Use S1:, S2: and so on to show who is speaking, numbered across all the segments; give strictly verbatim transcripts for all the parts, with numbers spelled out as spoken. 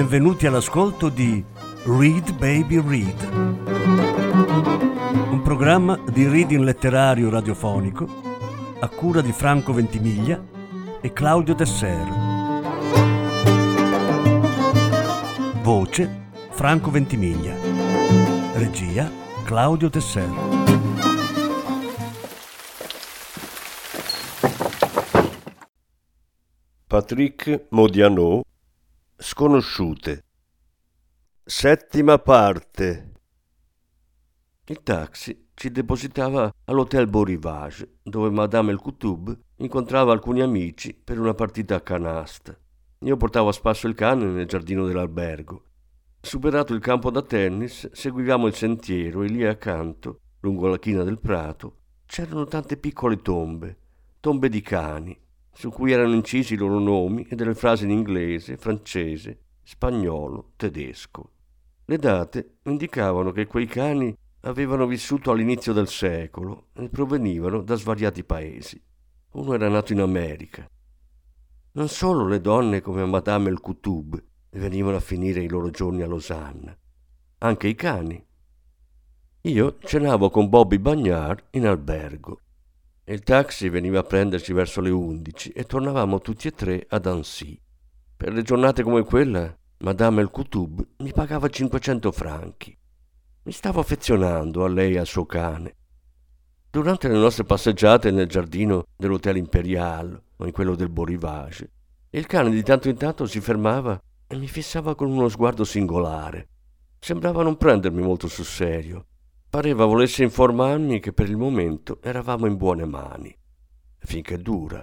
S1: Benvenuti all'ascolto di Read Baby Read, un programma di reading letterario radiofonico a cura di Franco Ventimiglia e Claudio Desser. Voce Franco Ventimiglia. Regia Claudio Desser.
S2: Patrick Modiano, Sconosciute. Settima parte. Il taxi ci depositava all'Hotel Beau Rivage, dove Madame El Koutoub incontrava alcuni amici per una partita a canasta. Io portavo a spasso il cane nel giardino dell'albergo. Superato il campo da tennis, seguivamo il sentiero e lì accanto, lungo la china del prato, c'erano tante piccole tombe, tombe di cani, su cui erano incisi i loro nomi e delle frasi in inglese, francese, spagnolo, tedesco. Le date indicavano che quei cani avevano vissuto all'inizio del secolo e provenivano da svariati paesi. Uno era nato in America. Non solo le donne come Madame El Koutoub venivano a finire i loro giorni a Losanna, anche i cani. Io cenavo con Bobby Bagnard in albergo. Il taxi veniva a prenderci verso le undici e tornavamo tutti e tre ad Annecy. Per le giornate come quella, Madame El Koutoub mi pagava cinquecento franchi. Mi stavo affezionando a lei e al suo cane. Durante le nostre passeggiate nel giardino dell'Hotel Imperial o in quello del Beau Rivage, il cane di tanto in tanto si fermava e mi fissava con uno sguardo singolare. Sembrava non prendermi molto sul serio. Pareva volesse informarmi che per il momento eravamo in buone mani. Finché dura.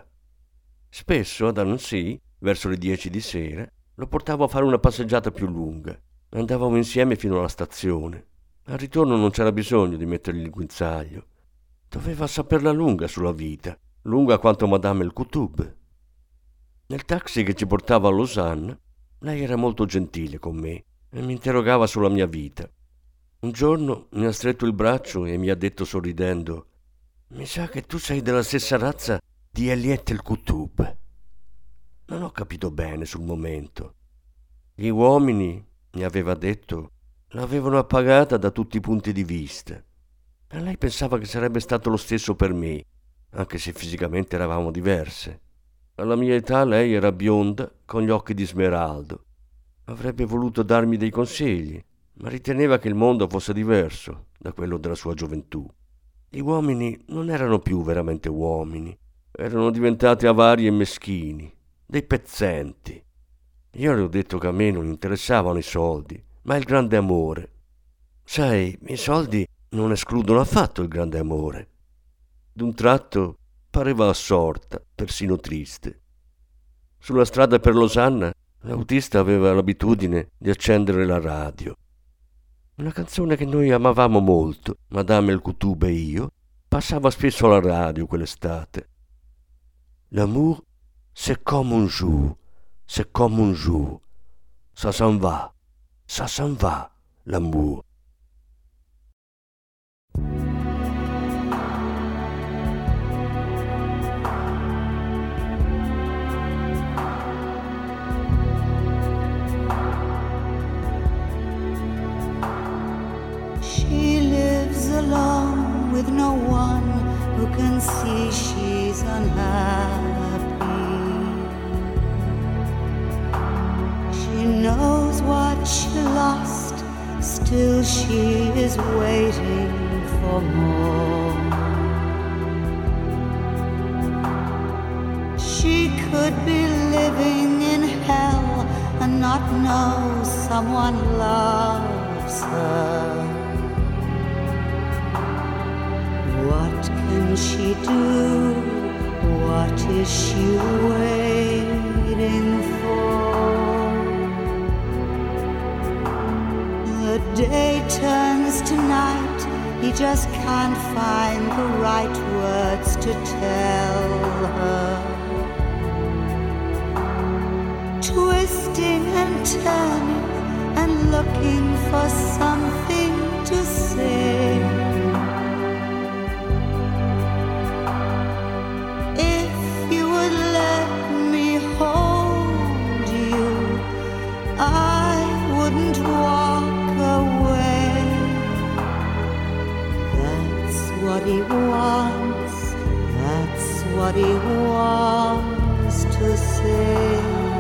S2: Spesso ad Annecy, verso le dieci di sera, lo portavo a fare una passeggiata più lunga. Andavamo insieme fino alla stazione. Al ritorno non c'era bisogno di mettergli il guinzaglio. Doveva saperla lunga sulla vita, lunga quanto Madame El Koutoub. Nel taxi che ci portava a Losanna, lei era molto gentile con me e mi interrogava sulla mia vita. Un giorno mi ha stretto il braccio e mi ha detto sorridendo: «Mi sa che tu sei della stessa razza di Eliette El Koutoub». Non ho capito bene sul momento. Gli uomini, mi aveva detto, l'avevano appagata da tutti i punti di vista. E lei pensava che sarebbe stato lo stesso per me, anche se fisicamente eravamo diverse. Alla mia età lei era bionda, con gli occhi di smeraldo. Avrebbe voluto darmi dei consigli, ma riteneva che il mondo fosse diverso da quello della sua gioventù. Gli uomini non erano più veramente uomini, erano diventati avari e meschini, dei pezzenti. Io le ho detto che a me non interessavano i soldi, ma il grande amore. Sai, i soldi non escludono affatto il grande amore. D'un tratto pareva assorta, persino triste. Sulla strada per Losanna l'autista aveva l'abitudine di accendere la radio. Una canzone che noi amavamo molto, Madame El Koutoub e io, passava spesso alla radio quell'estate. L'amour, c'est comme un jour, c'est comme un jour. Ça s'en va, ça s'en va, l'amour.
S3: She lives alone with no one who can see she's unhappy. She knows what she lost, still she is waiting for more. She could be living in hell and not know someone loves her. What can she do? What is she waiting for? The day turns to night, he just can't find the right words to tell her. Twisting and turning and looking for something to say. If you would let me hold you, I what he was to say.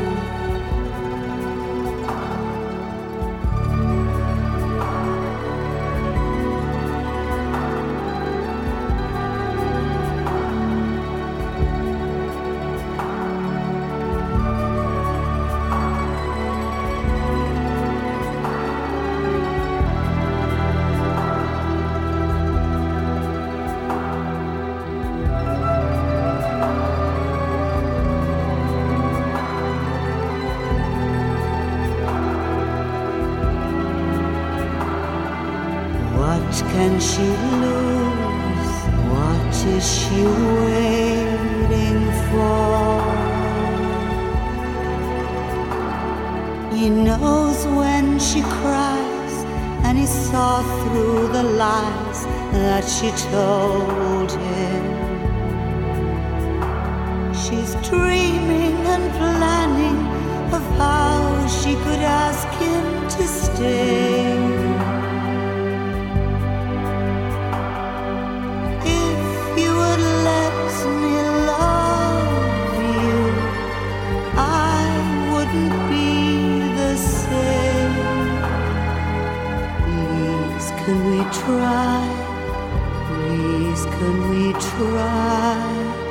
S3: What can she lose? What is she waiting for? He knows when she cries, and he saw through the lies that she told him. She's dreaming and planning of how she could ask him to stay. Can we try? Please, can we try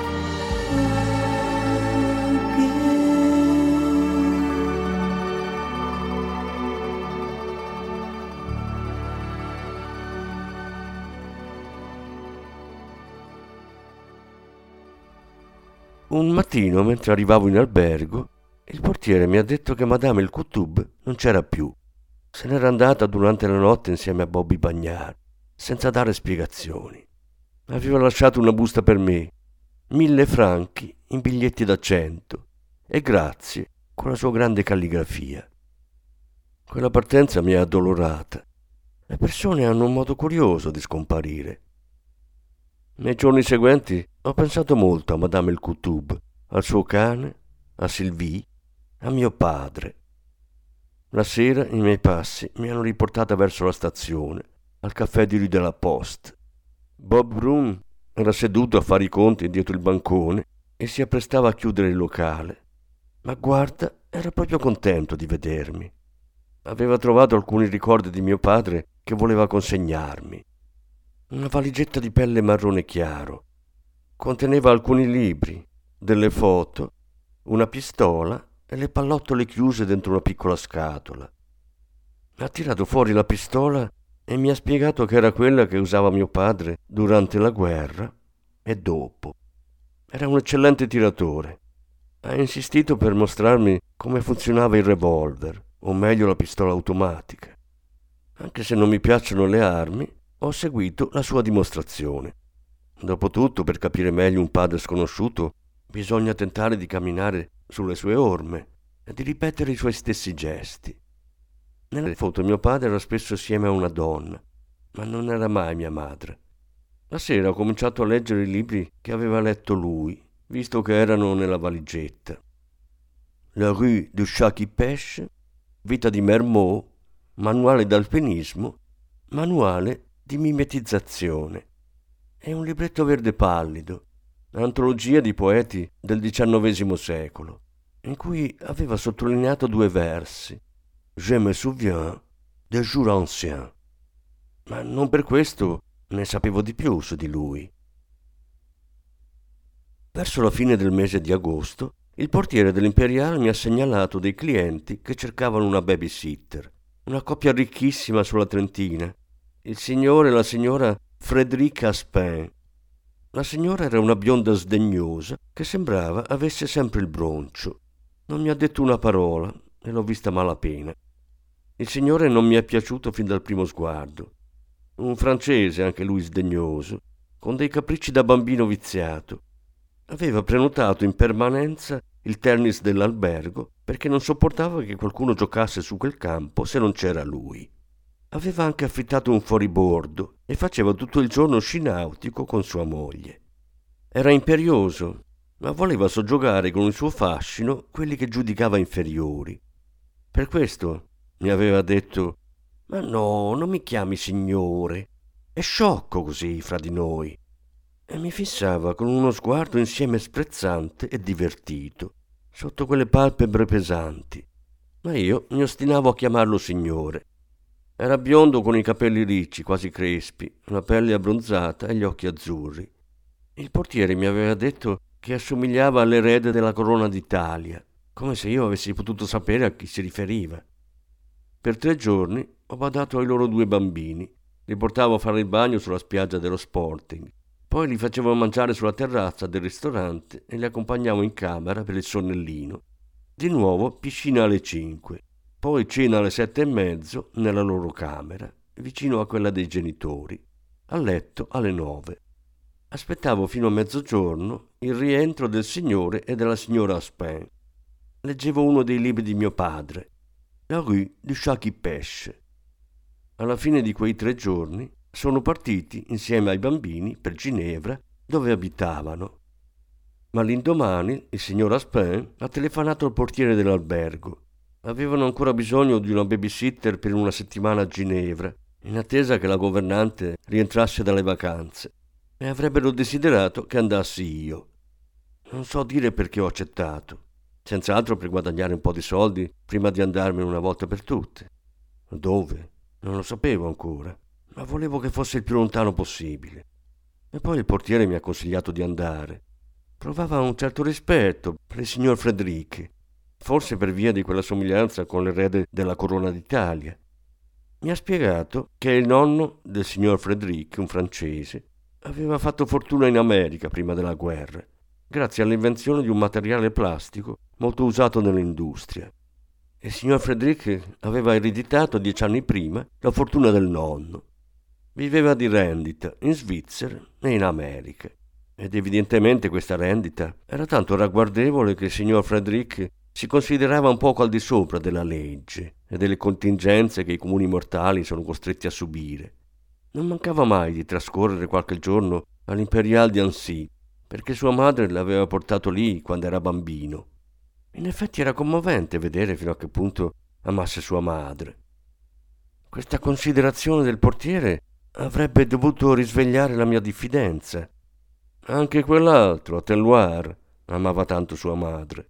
S2: Un mattino, mentre arrivavo in albergo, il portiere mi ha detto che Madame El Koutoub non c'era più. Se n'era andata durante la notte insieme a Bobby Bagnard, senza dare spiegazioni. Aveva lasciato una busta per me, mille franchi in biglietti da cento, e grazie con la sua grande calligrafia. Quella partenza mi ha addolorata. Le persone hanno un modo curioso di scomparire. Nei giorni seguenti ho pensato molto a Madame El Koutoub, al suo cane, a Sylvie, a mio padre. La sera i miei passi mi hanno riportata verso la stazione, al caffè di Rue de la Poste. Bob Broom era seduto a fare i conti dietro il bancone e si apprestava a chiudere il locale. Ma guarda, era proprio contento di vedermi. Aveva trovato alcuni ricordi di mio padre che voleva consegnarmi. Una valigetta di pelle marrone chiaro. Conteneva alcuni libri, delle foto, una pistola e le pallottole chiuse dentro una piccola scatola. Ha tirato fuori la pistola e mi ha spiegato che era quella che usava mio padre durante la guerra e dopo. Era un eccellente tiratore. Ha insistito per mostrarmi come funzionava il revolver, o meglio la pistola automatica. Anche se non mi piacciono le armi, ho seguito la sua dimostrazione. Dopotutto, per capire meglio un padre sconosciuto, bisogna tentare di camminare sulle sue orme e di ripetere i suoi stessi gesti. Nelle foto mio padre era spesso assieme a una donna, ma non era mai mia madre. La sera ho cominciato a leggere i libri che aveva letto lui, visto che erano nella valigetta. La Rue du Chat qui pêche, Vita di Mermot, Manuale d'alpinismo, Manuale di mimetizzazione e un libretto verde pallido, antologia di poeti del diciannovesimo secolo, in cui aveva sottolineato due versi: Je me souviens des jours anciens. Ma non per questo ne sapevo di più su di lui. Verso la fine del mese di agosto, il portiere dell'Imperiale mi ha segnalato dei clienti che cercavano una babysitter, una coppia ricchissima sulla trentina, il signore e la signora Frédéric Aspin. La signora era una bionda sdegnosa che sembrava avesse sempre il broncio. Non mi ha detto una parola e l'ho vista malapena. Il signore non mi è piaciuto fin dal primo sguardo. Un francese, anche lui sdegnoso, con dei capricci da bambino viziato. Aveva prenotato in permanenza il tennis dell'albergo perché non sopportava che qualcuno giocasse su quel campo se non c'era lui. Aveva anche affittato un fuoribordo e faceva tutto il giorno sci nautico con sua moglie. Era imperioso, ma voleva soggiogare con il suo fascino quelli che giudicava inferiori. Per questo mi aveva detto: «Ma no, non mi chiami signore, è sciocco così fra di noi». e mi fissava con uno sguardo insieme sprezzante e divertito, sotto quelle palpebre pesanti, ma io mi ostinavo a chiamarlo signore. Era biondo con i capelli ricci, quasi crespi, la pelle abbronzata e gli occhi azzurri. Il portiere mi aveva detto che assomigliava all'erede della corona d'Italia, come se io avessi potuto sapere a chi si riferiva. Per tre giorni ho badato ai loro due bambini, li portavo a fare il bagno sulla spiaggia dello Sporting, poi li facevo mangiare sulla terrazza del ristorante e li accompagnavo in camera per il sonnellino. Di nuovo piscina alle cinque, poi cena alle sette e mezzo nella loro camera, vicino a quella dei genitori, a letto alle nove. Aspettavo fino a mezzogiorno il rientro del signore e della signora Aspin. Leggevo uno dei libri di mio padre, La rue du Chat qui pêche. Alla fine di quei tre giorni sono partiti insieme ai bambini per Ginevra, dove abitavano. Ma l'indomani il signor Aspin ha telefonato al portiere dell'albergo. Avevano ancora bisogno di una babysitter per una settimana a Ginevra, in attesa che la governante rientrasse dalle vacanze, e avrebbero desiderato che andassi io. Non so dire perché ho accettato, senz'altro per guadagnare un po' di soldi prima di andarmene una volta per tutte. Dove? Non lo sapevo ancora, ma volevo che fosse il più lontano possibile. E poi il portiere mi ha consigliato di andare. Provava un certo rispetto per il signor Frédéric, forse per via di quella somiglianza con l'erede della corona d'Italia. Mi ha spiegato che il nonno del signor Frédéric, un francese, aveva fatto fortuna in America prima della guerra, grazie all'invenzione di un materiale plastico molto usato nell'industria. Il signor Frédéric aveva ereditato dieci anni prima la fortuna del nonno. Viveva di rendita in Svizzera e in America, ed evidentemente questa rendita era tanto ragguardevole che il signor Frédéric si considerava un poco al di sopra della legge e delle contingenze che i comuni mortali sono costretti a subire. Non mancava mai di trascorrere qualche giorno all'Imperial di Annecy, perché sua madre l'aveva portato lì quando era bambino. In effetti era commovente vedere fino a che punto amasse sua madre. Questa considerazione del portiere avrebbe dovuto risvegliare la mia diffidenza. Anche quell'altro, Telloir, amava tanto sua madre.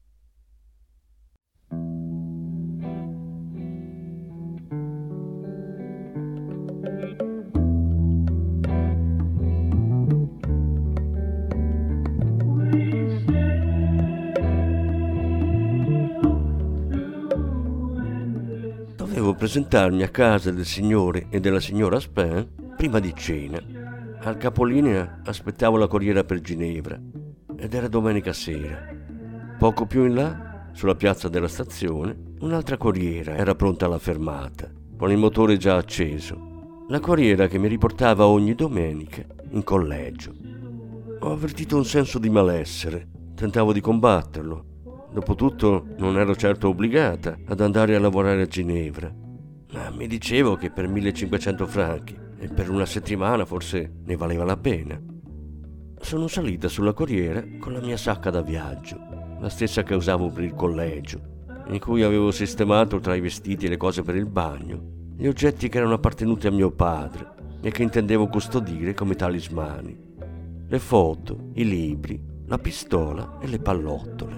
S2: Dovevo presentarmi a casa del signore e della signora Aspin prima di cena. Al capolinea aspettavo la corriera per Ginevra ed era domenica sera. Poco più in là, sulla piazza della stazione, un'altra corriera era pronta alla fermata, con il motore già acceso. La corriera che mi riportava ogni domenica in collegio. Ho avvertito un senso di malessere, tentavo di combatterlo. Dopotutto non ero certo obbligata ad andare a lavorare a Ginevra, ma mi dicevo che per millecinquecento franchi e per una settimana forse ne valeva la pena. Sono salita sulla corriera con la mia sacca da viaggio, la stessa che usavo per il collegio, in cui avevo sistemato tra i vestiti e le cose per il bagno gli oggetti che erano appartenuti a mio padre e che intendevo custodire come talismani: le foto, i libri, la pistola e le pallottole.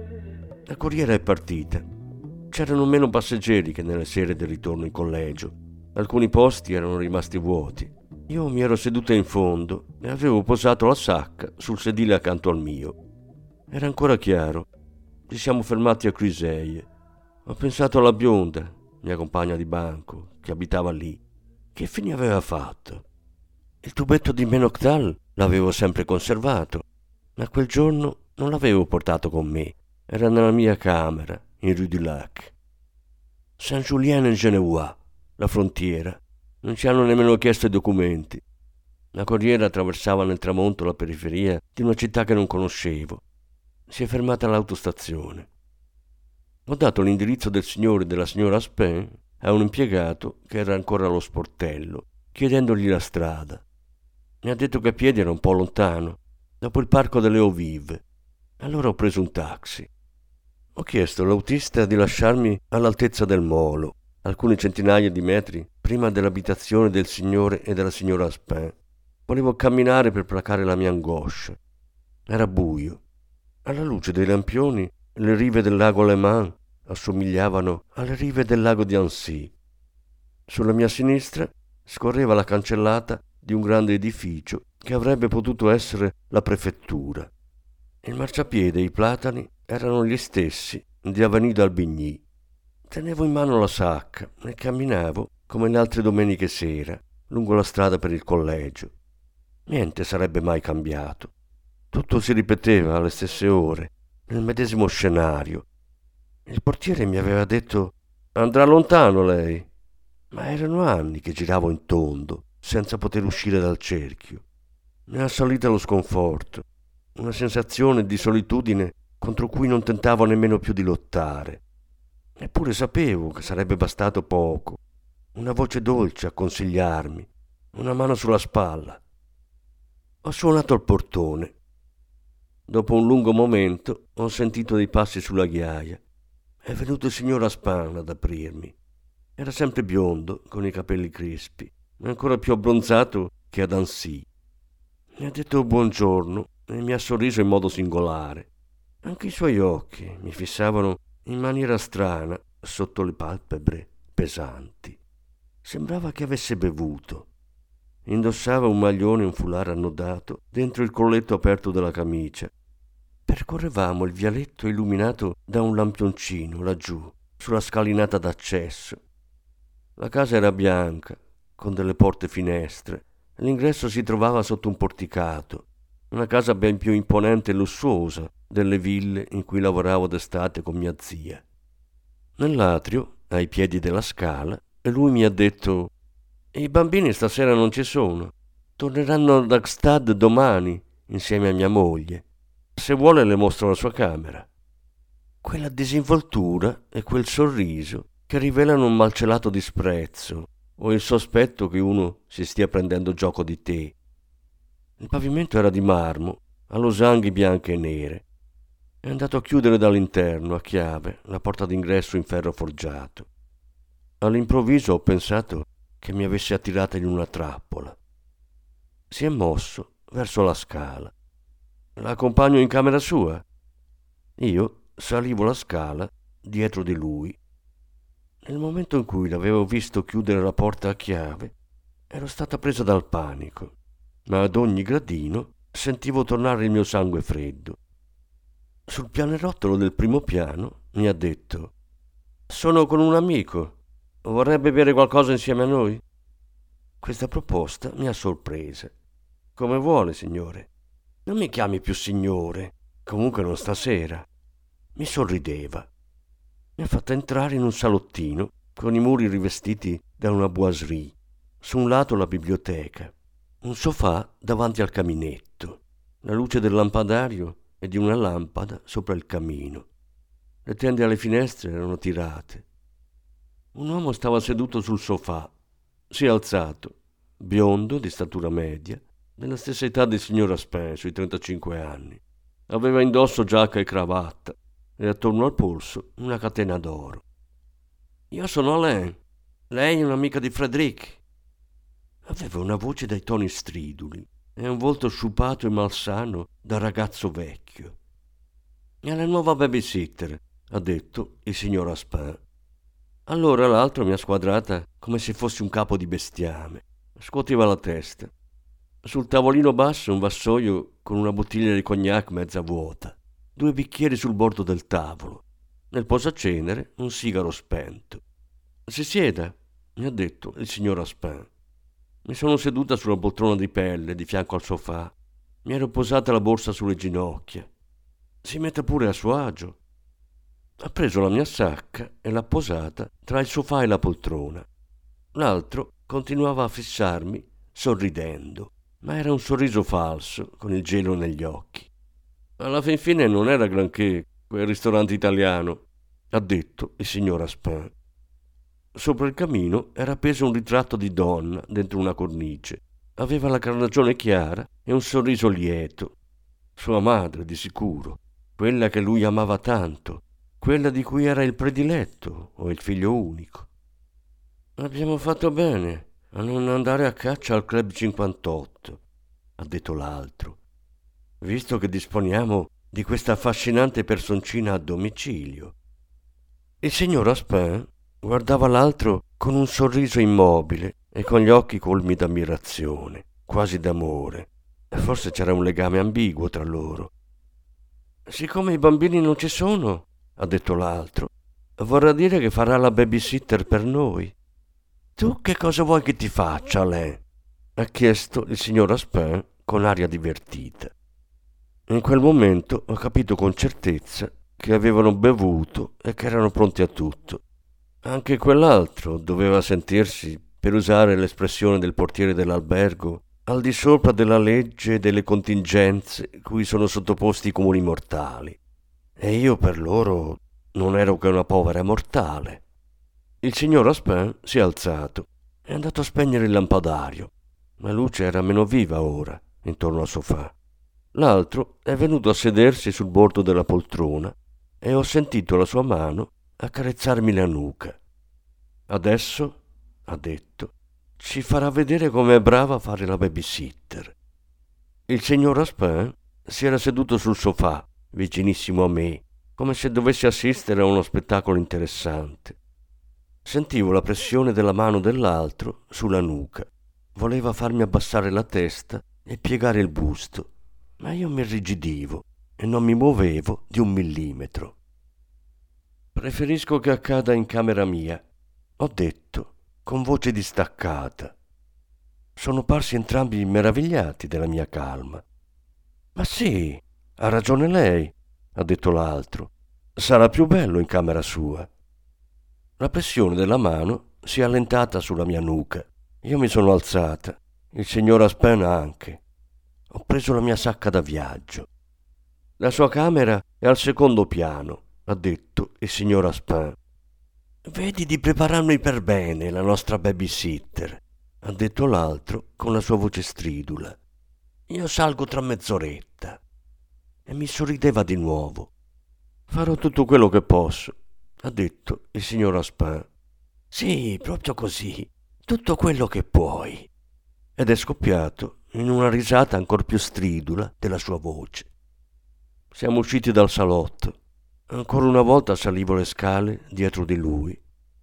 S2: La corriera è partita. C'erano meno passeggeri che nelle sere del ritorno in collegio. Alcuni posti erano rimasti vuoti. Io mi ero seduta in fondo e avevo posato la sacca sul sedile accanto al mio. Era ancora chiaro. Ci siamo fermati a Cruseille. Ho pensato alla bionda, mia compagna di banco, che abitava lì. Che fine aveva fatto? Il tubetto di Menoctal l'avevo sempre conservato, ma quel giorno non l'avevo portato con me. Era nella mia camera, in Rue du Lac. Saint-Julien-en-Genevois, la frontiera. Non ci hanno nemmeno chiesto i documenti. La corriera attraversava nel tramonto la periferia di una città che non conoscevo. Si è fermata all'autostazione. Ho dato l'indirizzo del signore e della signora Aspin a un impiegato che era ancora allo sportello, chiedendogli la strada. Mi ha detto che a piedi era un po' lontano, dopo il parco delle Eaux Vives. Allora ho preso un taxi. Ho chiesto all'autista di lasciarmi all'altezza del molo, alcune centinaia di metri prima dell'abitazione del signore e della signora Aspin. Volevo camminare per placare la mia angoscia. Era buio. Alla luce dei lampioni, le rive del lago Le Mans assomigliavano alle rive del lago di Annecy. Sulla mia sinistra scorreva la cancellata di un grande edificio che avrebbe potuto essere la prefettura. Il marciapiede e i platani erano gli stessi di Avenue d'Albigny. Tenevo in mano la sacca e camminavo come le altre domeniche sera lungo la strada per il collegio. Niente sarebbe mai cambiato. Tutto si ripeteva alle stesse ore, nel medesimo scenario. Il portiere mi aveva detto: «Andrà lontano lei». Ma erano anni che giravo in tondo, senza poter uscire dal cerchio. Mi è assalita lo sconforto, una sensazione di solitudine contro cui non tentavo nemmeno più di lottare. Eppure sapevo che sarebbe bastato poco, una voce dolce a consigliarmi, una mano sulla spalla. Ho suonato al portone. Dopo un lungo momento ho sentito dei passi sulla ghiaia. È venuto il signor Aspin ad aprirmi. Era sempre biondo, con i capelli crispi, ancora più abbronzato che ad Annecy. Mi ha detto buongiorno e mi ha sorriso in modo singolare. Anche i suoi occhi mi fissavano in maniera strana sotto le palpebre pesanti. Sembrava che avesse bevuto. Indossava un maglione e un foulard annodato dentro il colletto aperto della camicia. Percorrevamo il vialetto illuminato da un lampioncino laggiù, sulla scalinata d'accesso. La casa era bianca, con delle porte finestre. L'ingresso si trovava sotto un porticato, una casa ben più imponente e lussuosa delle ville in cui lavoravo d'estate con mia zia. Nell'atrio, ai piedi della scala, lui mi ha detto: «I bambini stasera non ci sono. Torneranno ad Gstaad domani, insieme a mia moglie. Se vuole le mostro la sua camera». Quella disinvoltura e quel sorriso che rivelano un malcelato disprezzo o il sospetto che uno si stia prendendo gioco di te. Il pavimento era di marmo, a losanghe bianche e nere. È andato a chiudere dall'interno, a chiave, la porta d'ingresso in ferro forgiato. All'improvviso ho pensato che mi avesse attirata in una trappola. Si è mosso verso la scala. «La accompagno in camera sua?» Io salivo la scala dietro di lui. Nel momento in cui l'avevo visto chiudere la porta a chiave, ero stata presa dal panico, ma ad ogni gradino sentivo tornare il mio sangue freddo. Sul pianerottolo del primo piano mi ha detto: «Sono con un amico. Vorrebbe bere qualcosa insieme a noi?» Questa proposta mi ha sorpresa. «Come vuole, signore. Non mi chiami più signore, comunque non stasera». Mi sorrideva. Mi ha fatto entrare in un salottino con i muri rivestiti da una boiserie. Su un lato la biblioteca, un sofà davanti al caminetto, la luce del lampadario e di una lampada sopra il camino. Le tende alle finestre erano tirate. Un uomo stava seduto sul sofà, si è alzato, biondo, di statura media, della stessa età del signor Aspin, sui trentacinque anni. Aveva indosso giacca e cravatta e attorno al polso una catena d'oro. «Io sono Alain. Lei è un'amica di Frédéric?» Aveva una voce dai toni striduli e un volto sciupato e malsano da ragazzo vecchio. «È la nuova babysitter», ha detto il signor Aspin. Allora l'altro mi ha squadrata come se fossi un capo di bestiame. Scuoteva la testa. Sul tavolino basso un vassoio con una bottiglia di cognac mezza vuota, due bicchieri sul bordo del tavolo, nel posacenere un sigaro spento. «Si sieda», mi ha detto il signor Aspin. Mi sono seduta sulla poltrona di pelle di fianco al sofà. Mi ero posata la borsa sulle ginocchia. «Si metta pure a suo agio». Ha preso la mia sacca e l'ha posata tra il sofà e la poltrona. L'altro continuava a fissarmi sorridendo, ma era un sorriso falso, con il gelo negli occhi. «Alla fin fine non era granché quel ristorante italiano», ha detto il signor Aspin. Sopra il camino era appeso un ritratto di donna dentro una cornice. Aveva la carnagione chiara e un sorriso lieto. Sua madre, di sicuro, quella che lui amava tanto, quella di cui era il prediletto o il figlio unico. «Abbiamo fatto bene a non andare a caccia al Club cinquantotto», ha detto l'altro, visto che disponiamo di questa affascinante personcina a domicilio. Il signor Aspin guardava l'altro con un sorriso immobile e con gli occhi colmi d'ammirazione, quasi d'amore. E forse c'era un legame ambiguo tra loro. Siccome i bambini non ci sono, ha detto l'altro, vorrà dire che farà la babysitter per noi. Tu che cosa vuoi che ti faccia, lei? Ha chiesto il signor Aspin con aria divertita. In quel momento ho capito con certezza che avevano bevuto e che erano pronti a tutto. Anche quell'altro doveva sentirsi, per usare l'espressione del portiere dell'albergo, al di sopra della legge e delle contingenze cui sono sottoposti i comuni mortali. E io per loro non ero che una povera mortale. Il signor Aspin si è alzato e è andato a spegnere il lampadario. La luce era meno viva ora intorno al sofà. L'altro è venuto a sedersi sul bordo della poltrona e ho sentito la sua mano accarezzarmi la nuca. Adesso, ha detto, ci farà vedere come è brava a fare la babysitter. Il signor Aspin si era seduto sul sofà, vicinissimo a me, come se dovesse assistere a uno spettacolo interessante. Sentivo la pressione della mano dell'altro sulla nuca. Voleva farmi abbassare la testa e piegare il busto, ma io mi irrigidivo e non mi muovevo di un millimetro. Preferisco che accada in camera mia, ho detto, con voce distaccata. Sono parsi entrambi meravigliati della mia calma. Ma sì, ha ragione lei, ha detto l'altro. Sarà più bello in camera sua. La pressione della mano si è allentata sulla mia nuca. Io mi sono alzata, il signor Aspin anche. Ho preso la mia sacca da viaggio. La sua camera è al secondo piano, ha detto il signor Aspin. Vedi di prepararmi per bene la nostra babysitter, ha detto l'altro con la sua voce stridula. Io salgo tra mezz'oretta. E mi sorrideva di nuovo. Farò tutto quello che posso, ha detto il signor Aspin. Sì, proprio così, tutto quello che puoi. Ed è scoppiato in una risata ancor più stridula della sua voce. Siamo usciti dal salotto. Ancora una volta salivo le scale dietro di lui.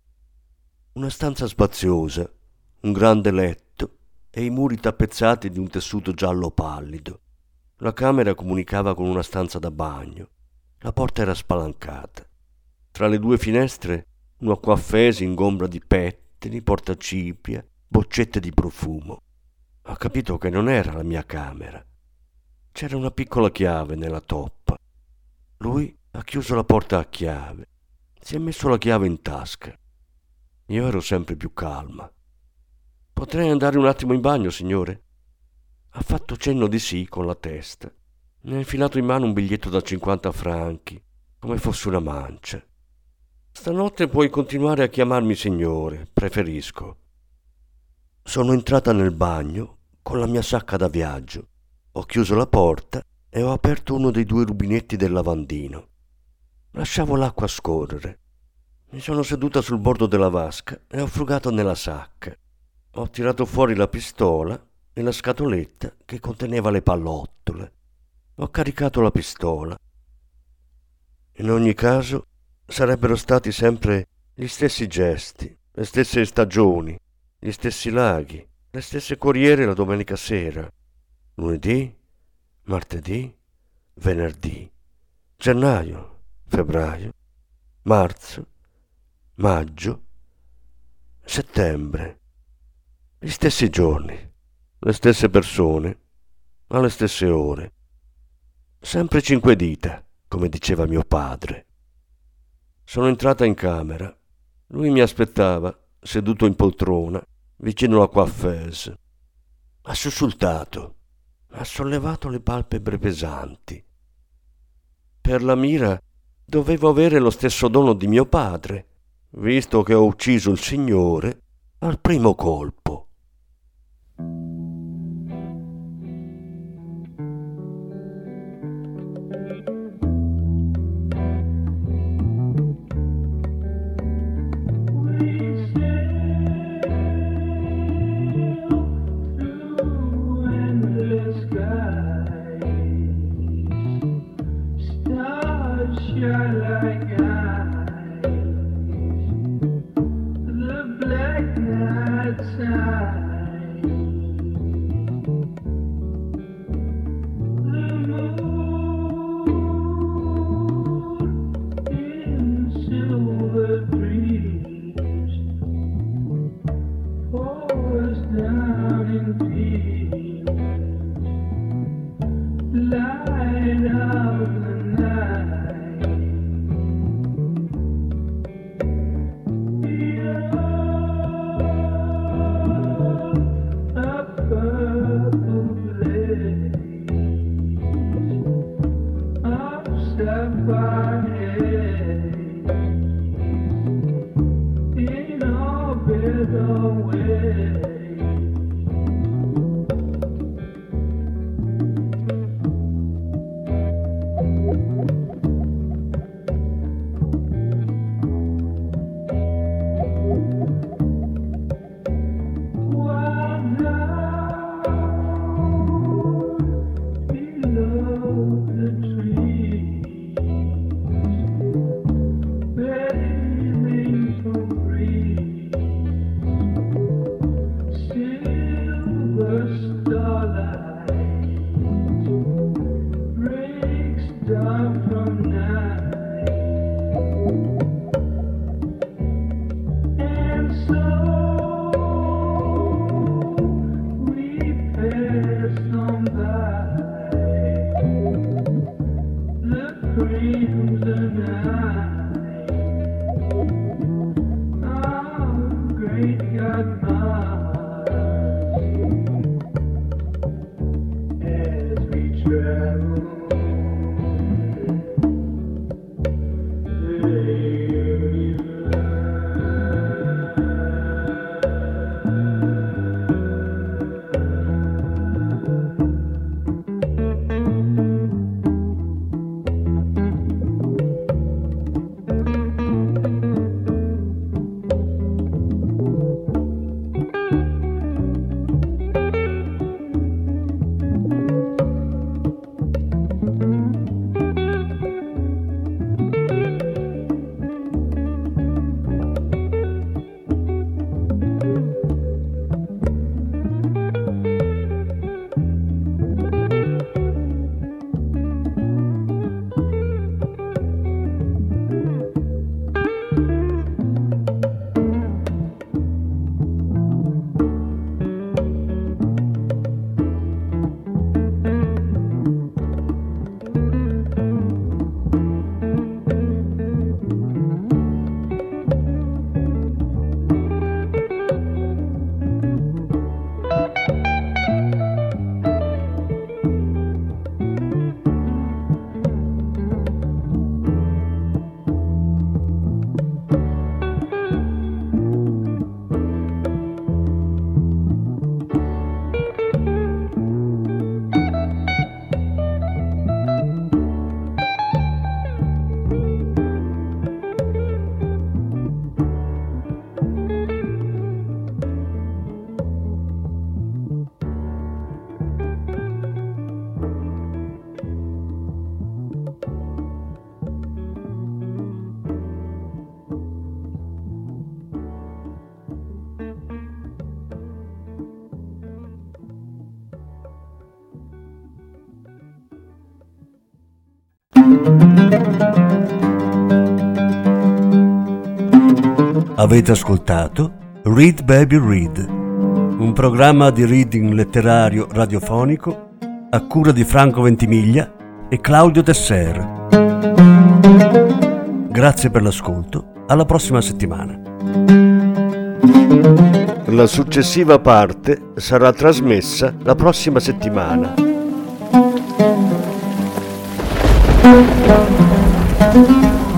S2: Una stanza spaziosa, un grande letto e i muri tappezzati di un tessuto giallo pallido. La camera comunicava con una stanza da bagno. La porta era spalancata. Tra le due finestre un acquaffese ingombra di pettini, portacipria, boccette di profumo. Ho capito che non era la mia camera. C'era una piccola chiave nella toppa. Lui ha chiuso la porta a chiave. Si è messo la chiave in tasca. Io ero sempre più calma. Potrei andare un attimo in bagno, signore? Ha fatto cenno di sì con la testa. Mi ha infilato in mano un biglietto da cinquanta franchi, come fosse una mancia. Stanotte puoi continuare a chiamarmi signore, preferisco. Sono entrata nel bagno con la mia sacca da viaggio. Ho chiuso la porta e ho aperto uno dei due rubinetti del lavandino. Lasciavo l'acqua scorrere. Mi sono seduta sul bordo della vasca e ho frugato nella sacca. Ho tirato fuori la pistola e la scatoletta che conteneva le pallottole. Ho caricato la pistola. In ogni caso sarebbero stati sempre gli stessi gesti, le stesse stagioni, gli stessi laghi, le stesse corriere la domenica sera, lunedì, martedì, venerdì, gennaio, febbraio, marzo, maggio, settembre, gli stessi giorni, le stesse persone, alle stesse ore, sempre cinque dita, come diceva mio padre. Sono entrata in camera. Lui mi aspettava, seduto in poltrona, vicino alla coiffeuse. Ha sussultato, ha sollevato le palpebre pesanti. Per la mira dovevo avere lo stesso dono di mio padre, visto che ho ucciso il signore al primo colpo.
S4: Through endless
S1: Avete ascoltato Read Baby Read, un programma di reading letterario radiofonico a cura di Franco Ventimiglia e Claudio Tesser. Grazie per l'ascolto, alla prossima settimana.
S2: La successiva parte sarà trasmessa la prossima settimana.